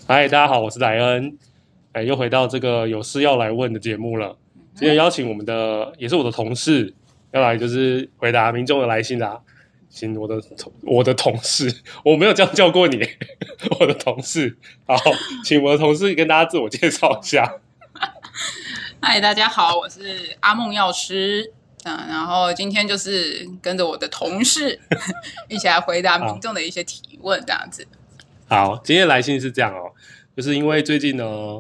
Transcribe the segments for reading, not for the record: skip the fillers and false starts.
嗨，大家好，我是莱恩，又回到这个有事要来问的节目了。今天邀请我们的也是我的同事，要来就是回答民众的来信啦。请我的同事，我没有这样叫过你，我的同事，好，请我的同事跟大家自我介绍一下。 嗨，大家好，我是阿梦药师。然后今天就是跟着我的同事一起来回答民众的一些提问，这样子。 好，今天的来信是这样哦，就是因为最近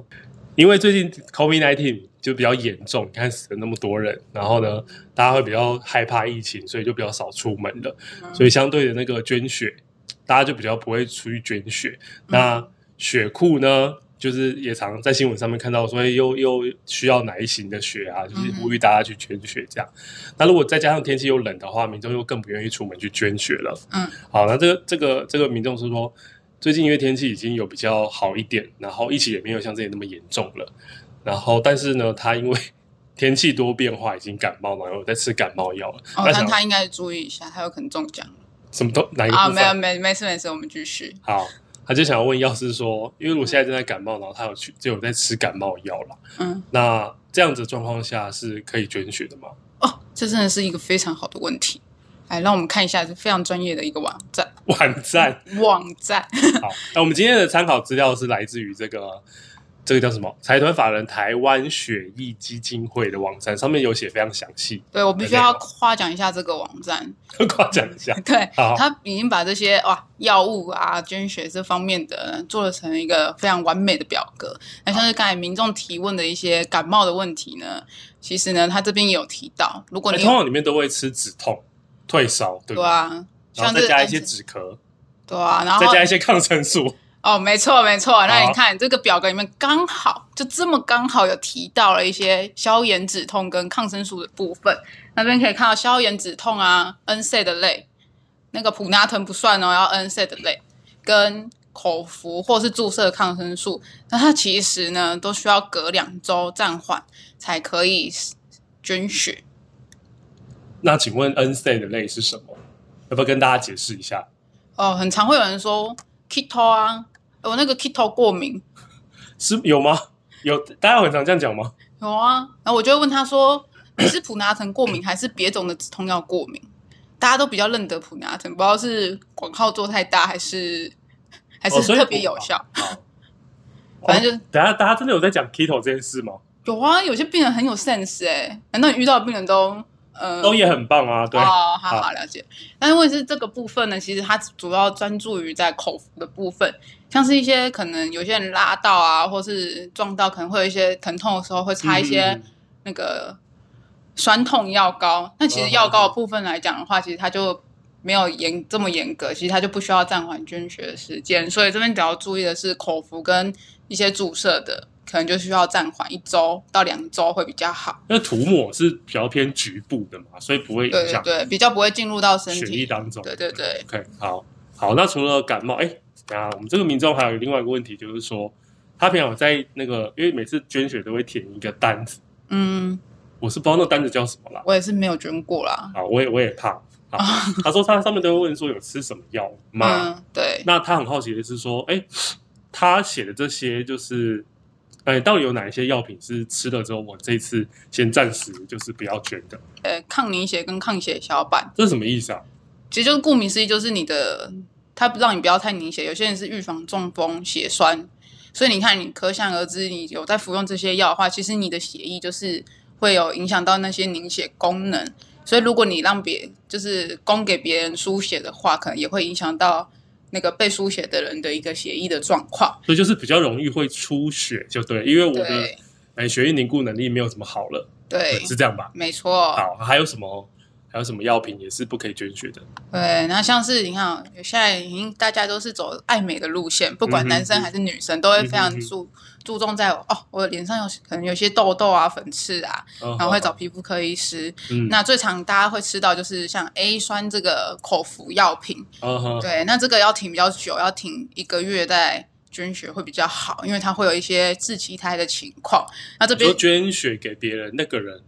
COVID-19 就比较严重，你看死了那么多人，然后呢，大家会比较害怕疫情，所以就比较少出门了，所以相对的那个捐血，大家就比较不会出去捐血。那血库呢，就是也常在新闻上面看到说又需要哪一型的血啊，就是呼吁大家去捐血这样。那如果再加上天气又冷的话，民众又更不愿意出门去捐血了。好，那这个民众是说，最近因为天气已经有比较好一点，然后疫情也没有像之前那么严重了，然后但是呢，他因为天气多变化，已经感冒了，然后有在吃感冒药了。 但他应该注意一下，他有可能中奖了。 什么都哪一个部分？ 没事，我们继续。 好。他就想要问药师说，因为我现在正在感冒，然后他就有在吃感冒药啦。那这样子的状况下是可以捐血的吗？ 这真的是一个非常好的问题。来，让我们看一下，是非常专业的一个网站。 网站。好，那我们今天的参考资料是来自于这个叫什么？财团法人台湾血液基金会的网站，上面有写非常详细。 对，我必须要夸奖一下这个网站。 夸奖一下。 对，他已经把这些药物啊、捐血这方面的做了成一个非常完美的表格。那像是刚才民众提问的一些感冒的问题呢，其实呢，他这边也有提到，如果你通常里面都会吃止痛、退烧，对吧？ 对啊， 然后再加一些止咳， 对啊，然后再加一些抗生素。 没错。那你看这个表格里面刚好有提到了一些消炎止痛跟抗生素的部分。那边可以看到消炎止痛啊 ，NSAID 的类，那个普拿疼不算哦，要 NSAID 的类，跟口服或是注射的抗生素。那它其实呢都需要隔2周暂缓才可以捐血。 那请问 NSAID 的类是什么？要不要跟大家解释一下？ 很常会有人说 Keto 啊，我那个 Keto 过敏， 是有吗？有，大家很常这样讲吗？ 有啊，然后我就会问他说，你是普拿疼过敏还是别种的止痛药过敏？大家都比较认得普拿疼，不知道是广告做太大还是特别有效。反正就大家真的有在讲 Keto 这件事吗？ 有啊，有些病人很有 sense 难道你遇到的病人都也很棒啊？对， 好了解。但是问题是这个部分呢，其实它主要专注于在口服的部分，像是一些可能有些人拉到啊，或是撞到，可能会有一些疼痛的时候，会擦一些那个酸痛药膏。那其实药膏的部分来讲的话，其实它就没有这么严格，其实它就不需要暂缓捐血的时间。所以这边只要注意的是口服跟一些注射的，可能就需要暂缓1周到2周会比较好。 因为涂抹是比较偏局部的嘛，所以不会影响， 对，比较不会进入到身体血液当中。 对。 OK， 好，那除了感冒，我们这个民众还有另外一个问题，就是说他平常有在那个，因为每次捐血都会填一个单子，我是不知道那单子叫什么啦， 我也是没有捐过啦。 我也怕。他说他上面都会问说有吃什么药吗？ 对。 那他很好奇的是说，他写的这些就是到底有哪一些药品是吃了之后我这次先暂时就是不要捐的？ 抗凝血跟抗血小板， 这是什么意思啊？ 其实就是顾名思义，就是它让你不要太凝血。有些人是预防中风、血栓，所以你看，你可想而知，你有在服用这些药的话，其实你的血液就是会有影响到那些凝血功能。所以如果你让就是供给别人输血的话，可能也会影响到那个被输血的人的一个血液的状况， 所以就是比较容易会出血，就对，因为我的血液凝固能力没有这么好了，对，是这样吧？ 没错。 好，还有什么药品也是不可以捐血的？ 对，那像是你看，现在已经大家都是走爱美的路线，不管男生还是女生，都会非常注重在我的脸上可能有些痘痘啊、粉刺啊，然后会找皮肤科医师。那最常大家会吃到就是像 A 酸这个口服药品，对，那这个要停比较久，要停1个月再捐血会比较好，因为它会有一些致畸胎的情况。那这边说捐血给别人，那个人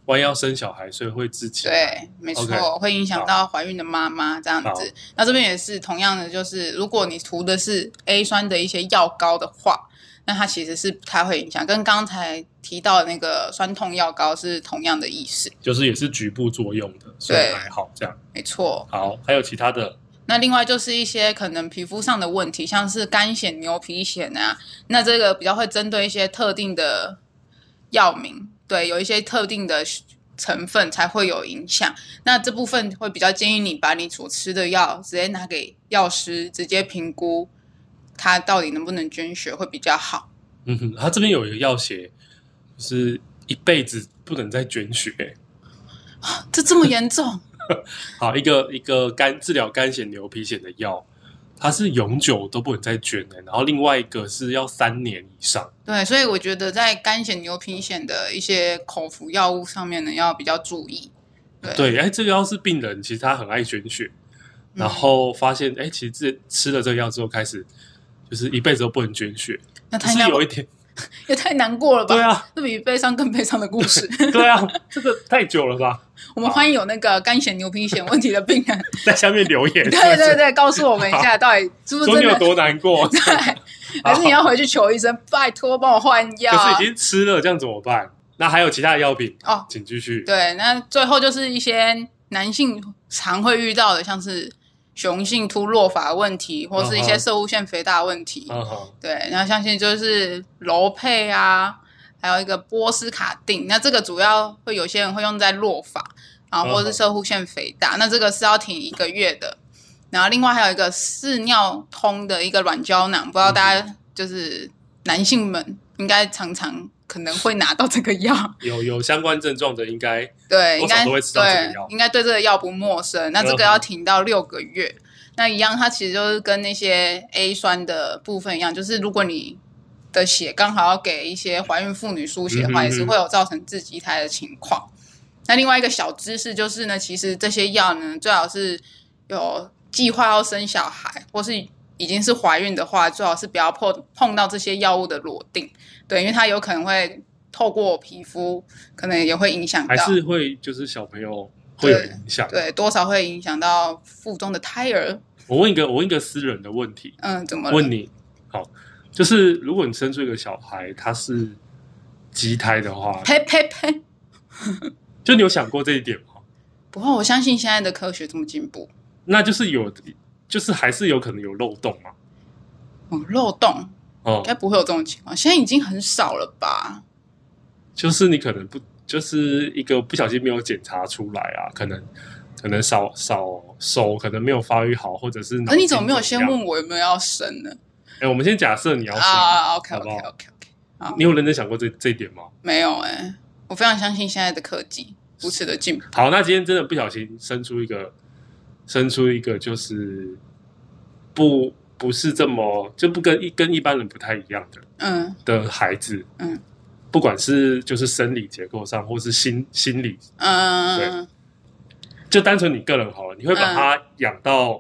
弯腰生小孩，所以会自己对，没错 OK 会影响到怀孕的妈妈这样子。那这边也是同样的，就是如果你涂的是 A 酸的一些药膏的话，那它其实是不太会影响，跟刚才提到的那个酸痛药膏是同样的意思， 就是也是局部作用的，所以还好这样。 没错。 好，还有其他的。 那另外就是一些可能皮肤上的问题，像是干癣、牛皮癣啊，那这个比较会针对一些特定的药名，对，有一些特定的成分才会有影响。那这部分会比较建议你把你所吃的药直接拿给药师，直接评估它到底能不能捐血会比较好。 他这边有一个药写，就是一辈子不能再捐血。 这么严重？ 好，一个治疗干癣牛皮癣的药，它是永久都不能再捐的，然后另外一个是要3年以上。 对，所以我觉得在干癣、牛皮癣的一些口服药物上面呢，要比较注意。 对，这个要是病人，其实他很爱捐血，然后发现，其实吃了这个药之后，开始就是一辈子都不能捐血， 那他是有一点。 也太难过了吧？ 对啊， 这比悲伤更悲伤的故事。 对啊，这个太久了吧？ 我们欢迎有那个干癣、牛皮癣问题的病人在下面留言。 对，告诉我们一下，到底是不是真的？ 说你有多难过？ 对，还是你要回去求医生，拜托帮我换药。 可是已经吃了，这样怎么办？那还有其他的药品哦， 请继续。 对，那最后就是一些男性常会遇到的，像是雄性秃落发问题，或是一些射物腺肥大问题。对，然后相信就是柔佩啊，还有一个波斯卡定。那这个主要会有些人会用在落发，然后或是射物腺肥大。那这个是要停1个月的。然后另外还有一个四尿通的一个软胶囊，不知道大家就是男性们应该常常可能会拿到这个药， 有相关症状的应该对，应该都会吃到这个药， 应该对这个药不陌生。那这个要停到6个月。那一样，它其实就是跟那些 A 酸的部分一样，就是如果你的血刚好要给一些怀孕妇女输血的话，也是会有造成自畸胎的情况。那另外一个小知识就是呢，其实这些药呢，最好是有计划要生小孩，或是已经是怀孕的话，最好是不要碰到这些药物的裸定，对，因为它有可能会透过皮肤，可能也会影响到， 还是会就是小朋友会有影响， 对，多少会影响到腹中的胎儿。 我问一个私人的问题， 怎么了？ 问你，好，就是如果你生出一个小孩，他是畸胎的话， 呸， 就你有想过这一点吗？ 不过我相信现在的科学这么进步， 那就是还是有可能有漏洞嘛？ 漏洞应该不会有这种情况，现在已经很少了吧？ 就是你可能不，就是一个不小心没有检查出来啊，可能少手可能没有发育好，或者是那你怎么没有先问我有没有要生呢？ 我们先假设你要生 OK， 你有认真想过这一点吗？ 没有我非常相信现在的科技如此的进步。 好，那今天真的不小心生出一个就是不是这么就不跟一般人不太一样的孩子，不管是就是生理结构上，或是心理，对，就单纯你个人好了，你会把它养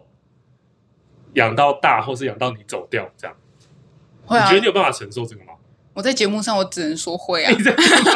到大，或是养到你走掉这样？ 会啊？ 你觉得你有办法承受这个吗？ 我在节目上我只能说会啊。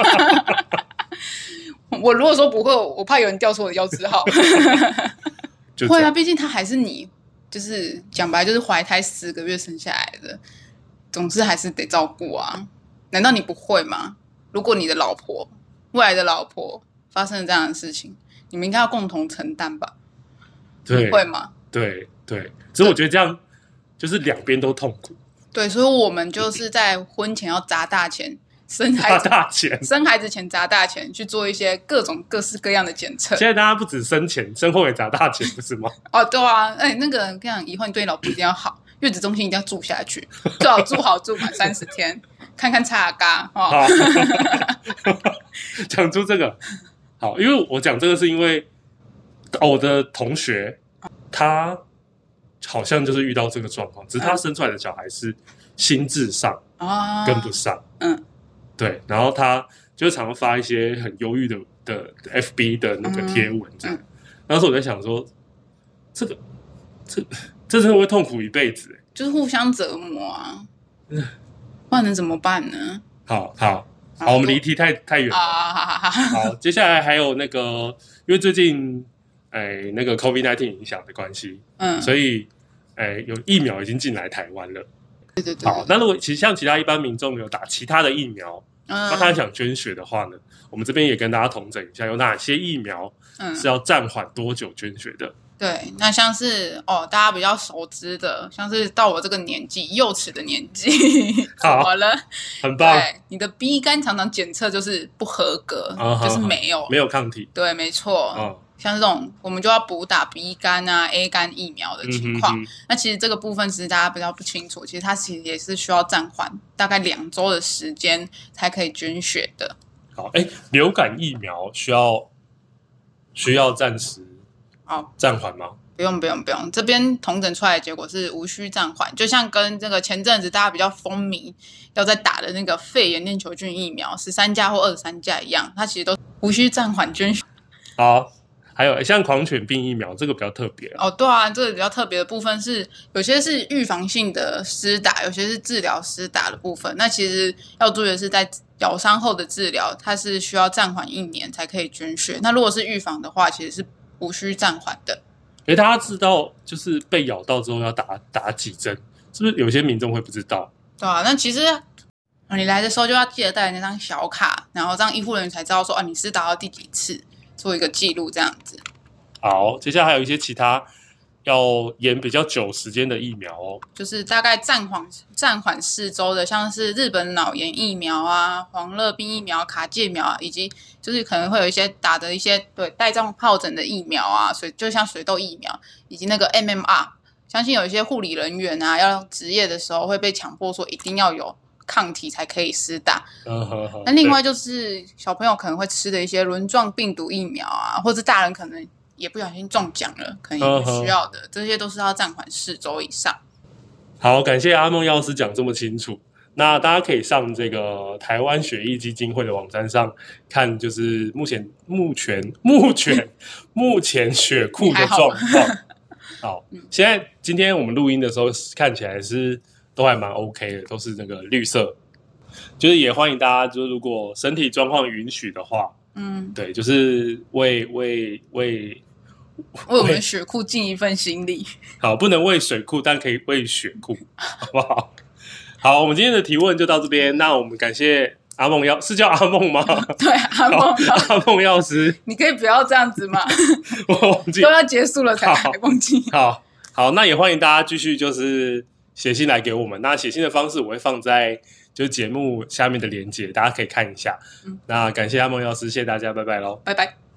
我如果说不会，我怕有人调出我的腰字号。会啊，毕竟他还是你，就是讲白就是怀胎10个月生下来的，总之还是得照顾啊。难道你不会吗？如果你的未来的老婆发生了这样的事情，你们应该要共同承担吧？ 对， 会吗？ 对，只是我觉得这样就是两边都痛苦。 对，所以我们就是在婚前要砸大钱，生孩子前砸大钱去做一些各式各样的检测。 现在大家不止生前，生后也砸大钱，不是吗？ 对啊，那个这样以后你对老婆一定要好，月子中心一定要住下去，最好住满30天，看看差嘎讲出这个好，因为我讲这个是因为我的同学他好像就是遇到这个状况，只是他生出来的小孩是心智上跟不上，对，然后他就常常发一些很忧郁的 FB 的那个贴文这样，那时候我在想说，这真的会痛苦一辈子， 就是互相折磨啊，不然能怎么办呢？ 好， 好，我们离题太远了。好，接下来还有那个，因为最近那个 COVID-19 影响的关系，所以有疫苗已经进来台湾了。 对。 好，那如果其实像其他一般民众有打其他的疫苗，那他想捐血的话呢，我们这边也跟大家统整一下，有哪些疫苗是要暂缓多久捐血的。 对，那像是大家比较熟知的，像是到我这个年纪，幼齿的年纪，怎么了？ 很棒。 对，你的 B 肝常常检测就是不合格，就是没有抗体。 对，没错。像这种我们就要补打 B 肝啊 A 肝疫苗的情况，那其实这个部分其实大家比较不清楚，其实它其实也是需要暂缓大概2周的时间才可以捐血的。 好，流感疫苗需要暂时暂缓吗？ 不用，这边统整出来的结果是无需暂缓，就像跟这个前阵子大家比较风靡要在打的那个肺炎链球菌疫苗13价或23价一样，它其实都无需暂缓捐血。 好，还有像狂犬病疫苗，这个比较特别。 对啊，这个比较特别的部分是，有些是预防性的施打，有些是治疗施打的部分。那其实要注意的是，在咬伤后的治疗，它是需要暂缓1年才可以捐血。那如果是预防的话，其实是无需暂缓的。 大家知道就是被咬到之后要打几针，是不是有些民众会不知道？ 对啊，那其实你来的时候就要记得带那张小卡，然后让医护人员才知道说你是打到第几次，做一个记录这样子。 好，接下来还有一些其他要延比较久时间的疫苗就是大概暂缓4周的，像是日本脑炎疫苗啊、黄热病疫苗、卡介苗啊，以及就是可能会有一些打的一些带状疱疹的疫苗啊，就像水痘疫苗，以及那个 MMR， 相信有一些护理人员啊要执业的时候会被强迫说一定要有抗体才可以施打。那另外就是小朋友可能会吃的一些轮状病毒疫苗啊，或者大人可能也不小心中奖了，可能也不需要的，这些都是要暂缓4周以上。 好，感谢阿梦药师讲这么清楚。那大家可以上这个台湾血液基金会的网站上看，就是目前血库的状况。好，今天我们录音的时候看起来是都还蛮 OK 的，都是那个绿色。就是也欢迎大家，就是如果身体状况允许的话，对，就是为我们血库尽一份心力。 好，不能为水库，但可以为血库，好不好？好，我们今天的提问就到这边。那我们感谢阿梦是叫阿梦吗？ 对，阿梦药师， 你可以不要这样子吗？ 我忘记都要结束了才忘记。 好，那也欢迎大家继续就是写信来给我们。那写信的方式我会放在就是节目下面的连结，大家可以看一下。那感谢阿梦药师，谢谢大家，拜拜喽， 拜拜。